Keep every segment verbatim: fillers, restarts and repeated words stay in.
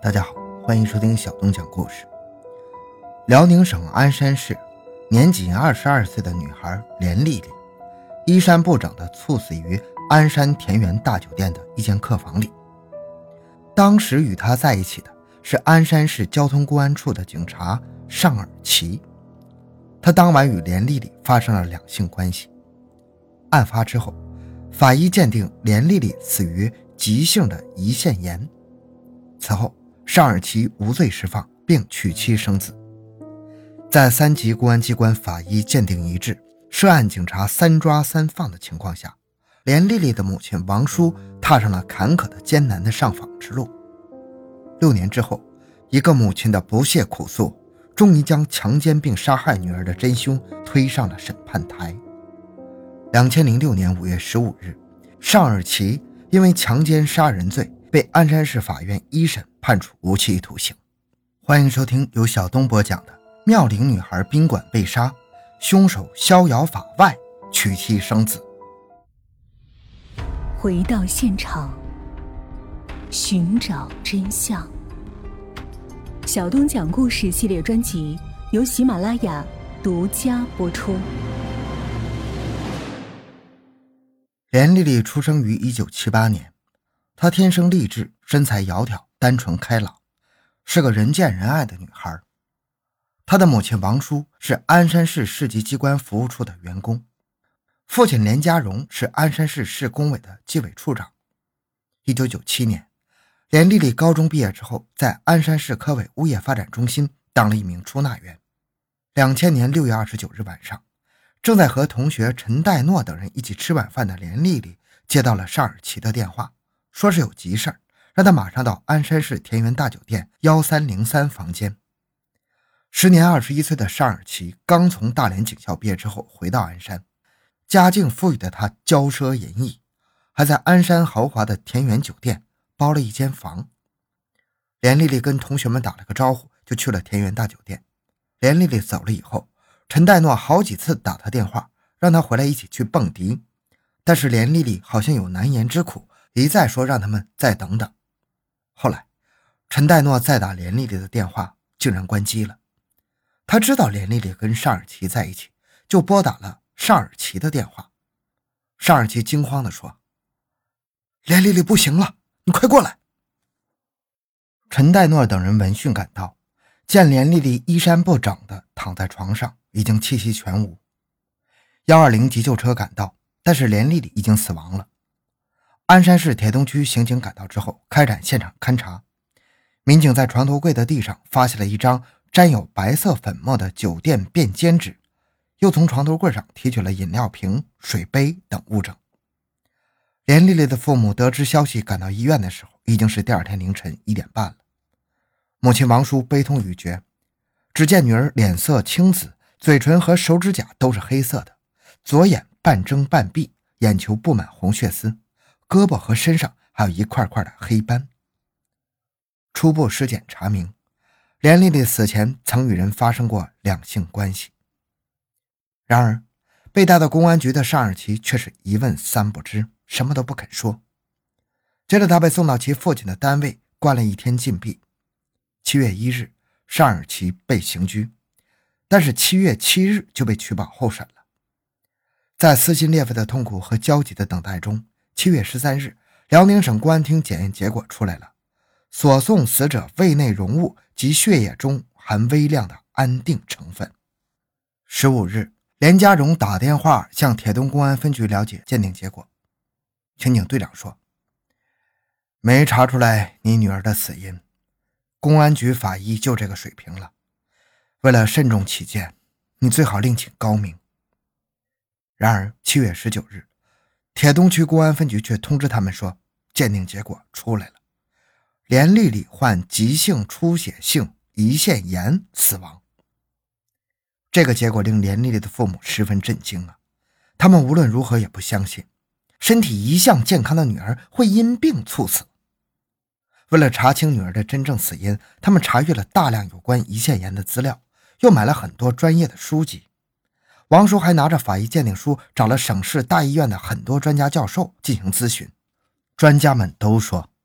大家好，欢迎收听小东讲故事。辽宁省鞍山市，年仅二十二岁的女孩连丽丽，衣衫不整地猝死于鞍山田园大酒店的一间客房里。当时与她在一起的是鞍山市交通公安处的警察尚尔奇，他当晚与连丽丽发生了两性关系。案发之后，法医鉴定连丽丽死于急性的胰腺炎。此后尚尔奇无罪释放并娶妻生子。在三级公安机关法医鉴定一致，涉案警察三抓三放的情况下，连丽丽的母亲王淑踏上了坎坷的艰难的上访之路。六年之后，一个母亲的不懈苦诉终于将强奸并杀害女儿的真凶推上了审判台。二零零六年五月十五日，尚尔奇因为强奸杀人罪被鞍山市法院一审判处无期徒刑。欢迎收听由小东播讲的妙龄女孩宾馆被杀，凶手逍遥法外，娶妻生子。 回到现场，寻找真相。小东讲故事系列专辑由喜马拉雅独家播出。 连丽丽出生于一九七八年，她天生丽质，身材窈窕，单纯开朗，是个人见人爱的女孩。她的母亲王淑是鞍山市市级机关服务处的员工，父亲连家荣是鞍山市市工委的纪委处长。一九九七年，连丽丽高中毕业之后，在鞍山市科委物业发展中心当了一名出纳员。两千年六月二十九日晚上，正在和同学陈代诺等人一起吃晚饭的连丽丽接到了尚尔奇的电话，说是有急事，让他马上到鞍山市田园大酒店一三零三房间。时年二十一岁的尚尔奇刚从大连警校毕业之后回到鞍山，家境富裕的他骄奢淫逸，还在鞍山豪华的田园酒店包了一间房。连丽丽跟同学们打了个招呼，就去了田园大酒店。连丽丽走了以后，陈代诺好几次打她电话，让她回来一起去蹦迪，但是连丽丽好像有难言之苦，一再说让他们再等等。后来陈代诺再打连丽丽的电话，竟然关机了。他知道连丽丽跟尚尔奇在一起，就拨打了尚尔奇的电话。尚尔奇惊慌地说：连丽丽不行了，你快过来。陈代诺等人闻讯赶到，见连丽丽衣衫不整地躺在床上，已经气息全无。一二零急救车赶到，但是连丽丽已经死亡了。鞍山市铁东区刑警赶到之后，开展现场勘查。民警在床头柜的地上发现了一张沾有白色粉末的酒店便笺纸，又从床头柜上提取了饮料瓶、水杯等物证。连丽丽的父母得知消息赶到医院的时候，已经是第二天凌晨一点半了。母亲王淑悲痛欲绝，只见女儿脸色青紫，嘴唇和手指甲都是黑色的，左眼半睁半闭，眼球布满红血丝，胳膊和身上还有一块块的黑斑。初步尸检查明，连丽丽死前曾与人发生过两性关系。然而被带到公安局的尚尔奇却是一问三不知，什么都不肯说。接着他被送到其父亲的单位，关了一天禁闭。七月一日，尚尔奇被刑拘，但是七月七日就被取保候审了。在撕心裂肺的痛苦和焦急的等待中，七月十三日，辽宁省公安厅检验结果出来了，所送死者胃内容物及血液中含微量的安定成分。十五日，连家荣打电话向铁东公安分局了解鉴定结果。刑警队长说：没查出来你女儿的死因，公安局法医就这个水平了，为了慎重起见，你最好另请高明。然而七月十九日，铁东区公安分局却通知他们说，鉴定结果出来了，连丽丽患急性出血性胰腺炎死亡。这个结果令连丽丽的父母十分震惊啊，他们无论如何也不相信身体一向健康的女儿会因病猝死。为了查清女儿的真正死因，他们查阅了大量有关胰腺炎的资料，又买了很多专业的书籍。王叔还拿着法医鉴定书找了省市大医院的很多专家教授进行咨询。专家们都说，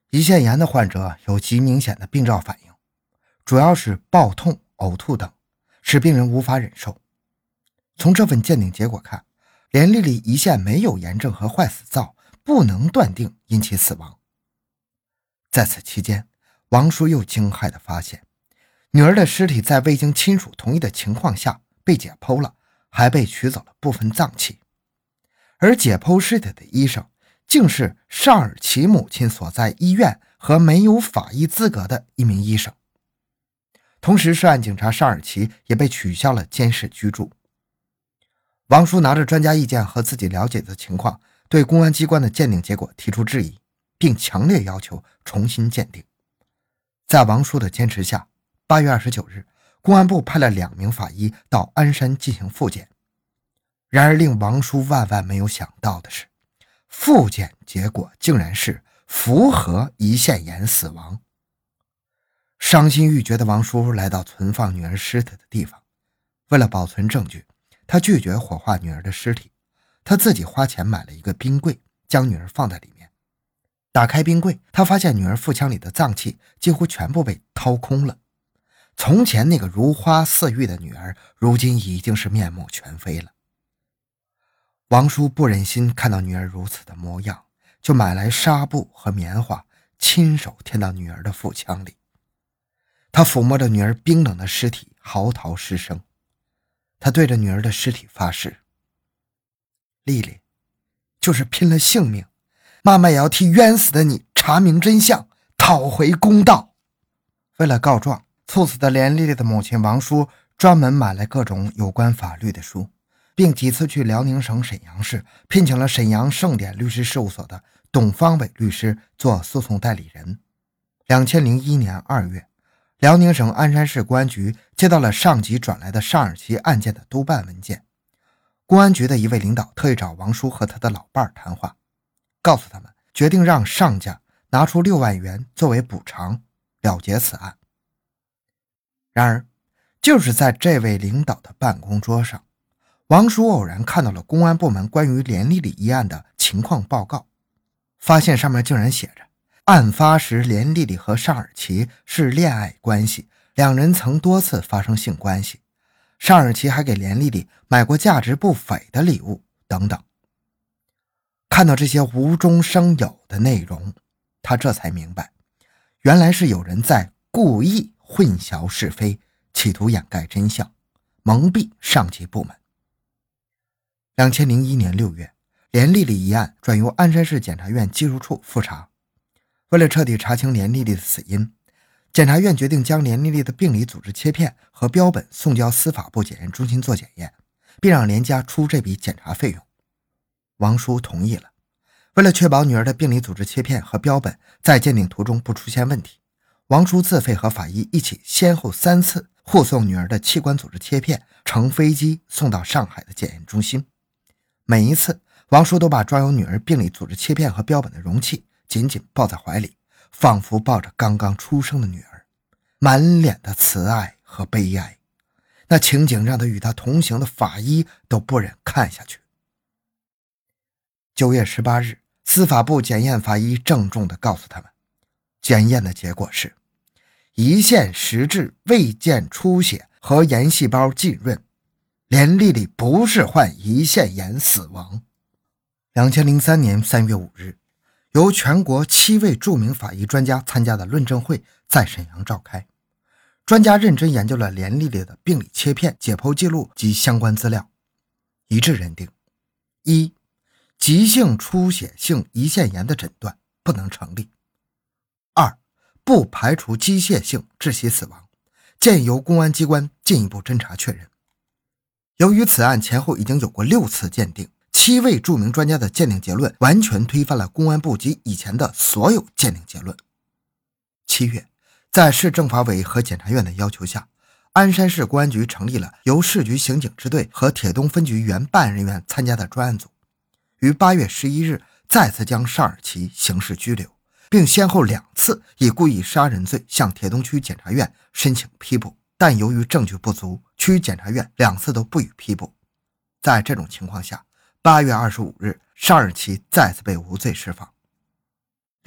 胰腺炎的患者有极明显的病灶反应，主要是暴痛、呕吐等，使病人无法忍受。从这份鉴定结果看，连丽丽胰腺没有炎症和坏死灶，不能断定因其死亡。在此期间，王叔又惊骇地发现，女儿的尸体在未经亲属同意的情况下被解剖了，还被取走了部分脏器。而解剖尸体的医生竟是尚尔奇母亲所在医院和没有法医资格的一名医生。同时，涉案警察尚尔奇也被取消了监视居住。王叔拿着专家意见和自己了解的情况，对公安机关的鉴定结果提出质疑，并强烈要求重新鉴定。在王叔的坚持下，八月二十九日，公安部派了两名法医到鞍山进行复检。然而令王叔万万没有想到的是，复检结果竟然是符合胰腺炎死亡。伤心欲绝的王叔来到存放女儿尸体的地方，为了保存证据，他拒绝火化女儿的尸体，他自己花钱买了一个冰柜，将女儿放在里面。打开冰柜，他发现女儿腹腔里的脏器几乎全部被掏空了。从前那个如花似玉的女儿，如今已经是面目全非了。王叔不忍心看到女儿如此的模样，就买来纱布和棉花，亲手填到女儿的腹腔里。他抚摸着女儿冰冷的尸体，嚎啕失声。他对着女儿的尸体发誓：丽丽，就是拼了性命，妈妈也要替冤死的你查明真相，讨回公道。为了告状，猝死的连丽丽的母亲王叔专门买来各种有关法律的书，并几次去辽宁省沈阳市聘请了沈阳盛典律师事务所的董方伟律师做诉讼代理人。二零零一年二月，辽宁省鞍山市公安局接到了上级转来的尚尔奇案件的督办文件。公安局的一位领导特意找王叔和他的老伴谈话，告诉他们决定让上家拿出六万元作为补偿，了结此案。然而，就是在这位领导的办公桌上，王叔偶然看到了公安部门关于连丽丽一案的情况报告，发现上面竟然写着，案发时连丽丽和尚尔奇是恋爱关系，两人曾多次发生性关系，尚尔奇还给连丽丽买过价值不菲的礼物等等。看到这些无中生有的内容，他这才明白，原来是有人在故意混淆是非，企图掩盖真相，蒙蔽上级部门。二零零一年六月，连丽丽一案转由鞍山市检察院技术处复查。为了彻底查清连丽丽的死因，检察院决定将连丽丽的病理组织切片和标本送交司法部检验中心做检验，并让连家出这笔检查费用。王叔同意了。为了确保女儿的病理组织切片和标本在鉴定途中不出现问题，王叔自费和法医一起先后三次护送女儿的器官组织切片乘飞机送到上海的检验中心。每一次，王叔都把装有女儿病理组织切片和标本的容器紧紧抱在怀里，仿佛抱着刚刚出生的女儿，满脸的慈爱和悲哀。那情景让他与他同行的法医都不忍看下去。九月十八日，司法部检验法医郑重地告诉他们，检验的结果是胰腺实质未见出血和炎细胞浸润，连丽丽不是患胰腺炎死亡。二零零三年三月五日，由全国七位著名法医专家参加的论证会在沈阳召开。专家认真研究了连丽丽的病理切片、解剖记录及相关资料，一致认定：一、急性出血性胰腺炎的诊断不能成立；二、不排除机械性窒息死亡，建议由公安机关进一步侦查确认。由于此案前后已经有过六次鉴定，七位著名专家的鉴定结论完全推翻了公安部及以前的所有鉴定结论。七月，在市政法委和检察院的要求下，鞍山市公安局成立了由市局刑警支队和铁东分局原办案人员参加的专案组，于八月十一日再次将尚尔奇刑事拘留，并先后两次以故意杀人罪向铁东区检察院申请批捕，但由于证据不足，区检察院两次都不予批捕。在这种情况下，八月二十五日，尚尔奇再次被无罪释放。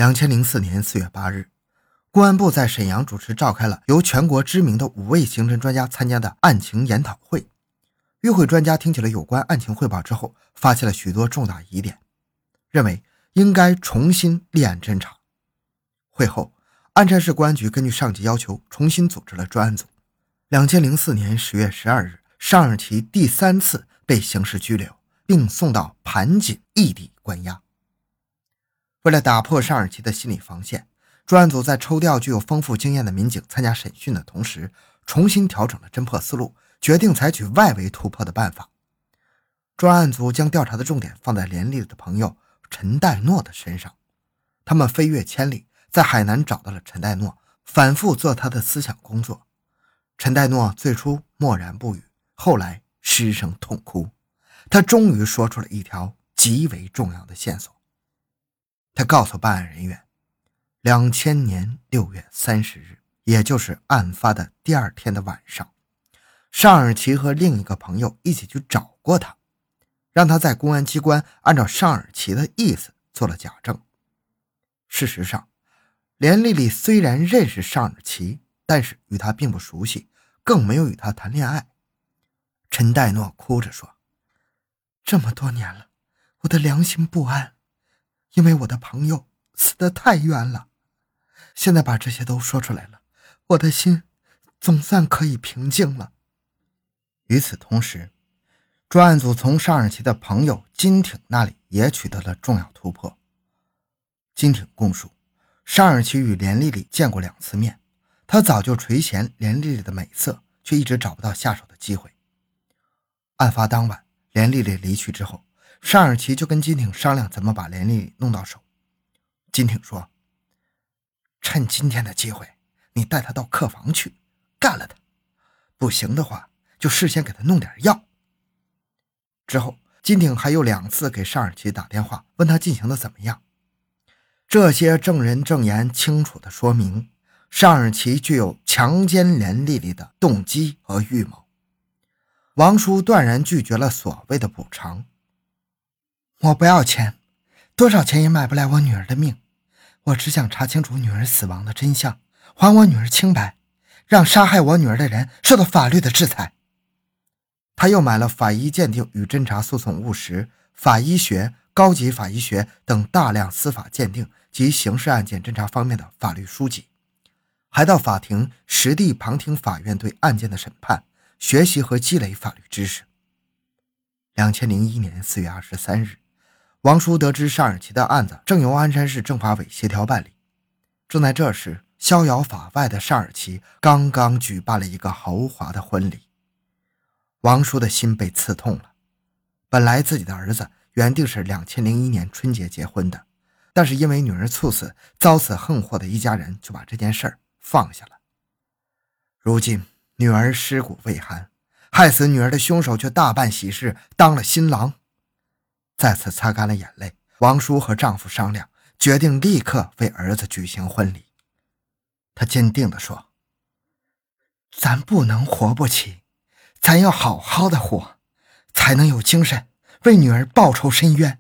二零零四年四月八日，公安部在沈阳主持召开了由全国知名的五位刑侦专家参加的案情研讨会。与会专家听取了有关案情汇报之后，发现了许多重大疑点，认为应该重新立案侦查。会后，鞍山市公安局根据上级要求，重新组织了专案组。二零零四年十月十二日，尚尔奇第三次被刑事拘留，并送到盘锦异地关押。为了打破尚尔奇的心理防线，专案组在抽调具有丰富经验的民警参加审讯的同时，重新调整了侦破思路，决定采取外围突破的办法。专案组将调查的重点放在连丽丽的朋友陈代诺的身上，他们飞越千里，在海南找到了陈代诺，反复做他的思想工作。陈代诺最初默然不语，后来失声痛哭，他终于说出了一条极为重要的线索。他告诉办案人员，两千年六月三十日，也就是案发的第二天的晚上，尚尔奇和另一个朋友一起去找过他，让他在公安机关按照尚尔奇的意思做了假证。事实上，连丽丽虽然认识尚尔奇，但是与他并不熟悉，更没有与他谈恋爱。陈代诺哭着说，这么多年了，我的良心不安，因为我的朋友死得太冤了，现在把这些都说出来了，我的心总算可以平静了。与此同时，专案组从尚尔奇的朋友金挺那里也取得了重要突破。金挺供述，尚尔奇与连丽丽见过两次面，他早就垂涎连丽丽的美色，却一直找不到下手的机会。案发当晚，连丽丽离去之后，尚尔奇就跟金挺商量怎么把连丽丽弄到手。金挺说，趁今天的机会，你带她到客房去，干了她，不行的话就事先给她弄点药。之后，金挺还有两次给尚尔奇打电话，问他进行的怎么样。这些证人证言清楚地说明，尚尔奇具有强奸连丽丽的动机和预谋。王叔断然拒绝了所谓的补偿。我不要钱，多少钱也买不来我女儿的命，我只想查清楚女儿死亡的真相，还我女儿清白，让杀害我女儿的人受到法律的制裁。他又买了法医鉴定与侦查诉讼务实、法医学、高级法医学等大量司法鉴定及刑事案件侦查方面的法律书籍，还到法庭实地旁听法院对案件的审判，学习和积累法律知识。二零零一年四月二十三日，王叔得知尚尔奇的案子正由鞍山市政法委协调办理。正在这时，逍遥法外的尚尔奇刚刚举办了一个豪华的婚礼。王叔的心被刺痛了。本来自己的儿子原定是二零零一年春节结婚的，但是因为女儿猝死，遭此横祸的一家人就把这件事儿放下了。如今女儿尸骨未寒，害死女儿的凶手却大办喜事，当了新郎。再次擦干了眼泪，王叔和丈夫商量，决定立刻为儿子举行婚礼。他坚定地说，咱不能活不起，咱要好好的活，才能有精神为女儿报仇伸冤。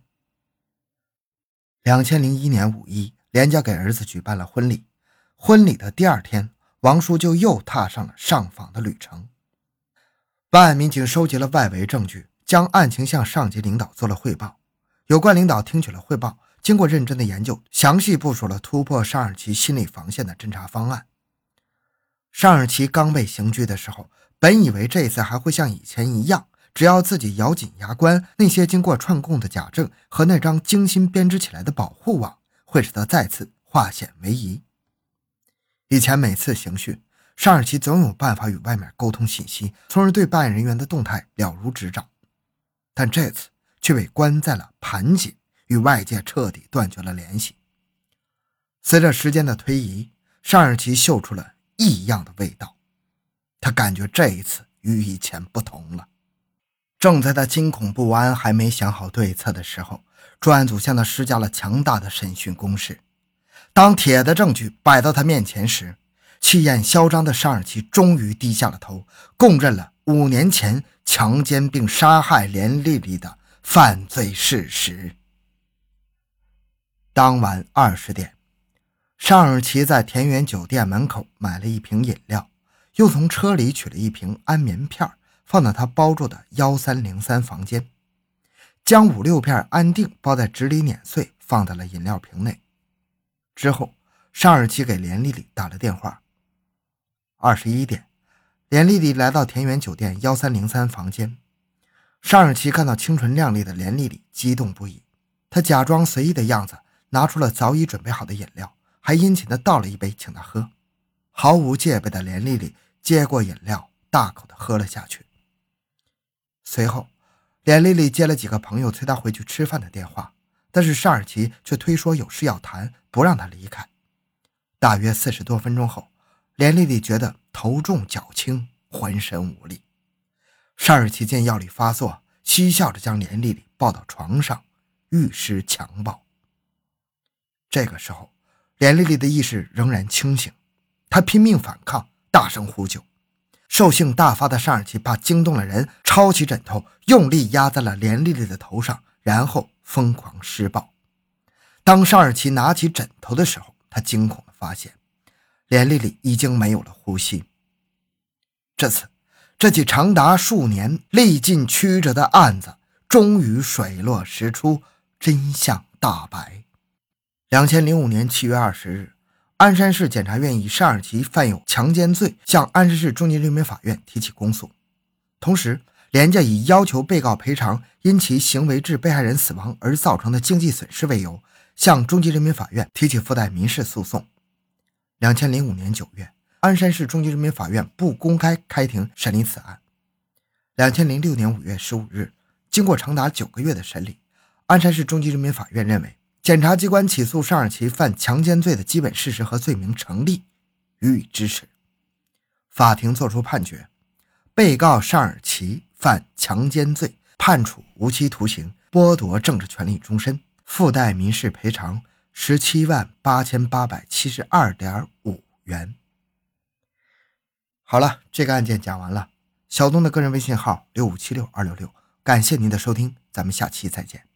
二零零一年五一，连家给儿子举办了婚礼。婚礼的第二天，王叔就又踏上了上访的旅程。办案民警收集了外围证据，将案情向上级领导做了汇报。有关领导听取了汇报，经过认真的研究，详细部署了突破尚尔奇心理防线的侦查方案。尚尔奇刚被刑拘的时候，本以为这次还会像以前一样，只要自己咬紧牙关，那些经过串供的假证和那张精心编织起来的保护网会使他再次化险为夷。以前每次刑讯，尚尔奇总有办法与外面沟通信息，从而对办案人员的动态了如指掌。但这次却被关在了盘锦，与外界彻底断绝了联系。随着时间的推移，尚尔奇嗅出了异样的味道，他感觉这一次与以前不同了。正在他惊恐不安还没想好对策的时候，专案组向他施加了强大的审讯攻势。当铁的证据摆到他面前时，气焰嚣张的尚尔奇终于低下了头，供认了五年前强奸并杀害连丽丽的犯罪事实。当晚二十点， 尚尔奇在田园酒店门口买了一瓶饮料，又从车里取了一瓶安眠片，放到他包住的一三零三房间，将五六片安定包在纸里碾碎，放在了饮料瓶内。之后尚尔奇给连丽丽打了电话。二十一点，连丽丽来到田园酒店一三零三房间。尚尔奇看到清纯靓丽的连丽丽，激动不已。他假装随意的样子，拿出了早已准备好的饮料，还殷勤地倒了一杯请他喝。毫无戒备的连丽丽接过饮料，大口地喝了下去。随后连丽丽接了几个朋友催她回去吃饭的电话，但是尚尔奇却推说有事要谈，不让她离开。大约四十多分钟后，连丽丽觉得头重脚轻，浑身无力。尚尔奇见药力发作，嬉笑着将连丽丽抱到床上，欲施强暴。这个时候连丽丽的意识仍然清醒，她拼命反抗，大声呼救。兽性大发的尚尔奇怕惊动了人，抄起枕头用力压在了连丽丽的头上，然后疯狂施暴。当尚尔奇拿起枕头的时候，他惊恐地发现连丽丽已经没有了呼吸。这次这起长达数年历尽曲折的案子终于水落石出，真相大白。两千零五年七月二十日，鞍山市检察院以尚尔奇犯有强奸罪向鞍山市中级人民法院提起公诉，同时连家以要求被告赔偿因其行为致被害人死亡而造成的经济损失为由，向中级人民法院提起附带民事诉讼。两千零五年九月，鞍山市中级人民法院不公开开庭审理此案。两千零六年五月十五日，经过长达九个月的审理，鞍山市中级人民法院认为检察机关起诉尚尔奇犯强奸罪的基本事实和罪名成立，予以支持。法庭作出判决，被告尚尔奇犯强奸罪，判处无期徒刑，剥夺政治权利终身，附带民事赔偿十七万八千八百七十二点五元。好了，这个案件讲完了。小东的个人微信号六五七六二六六，感谢您的收听，咱们下期再见。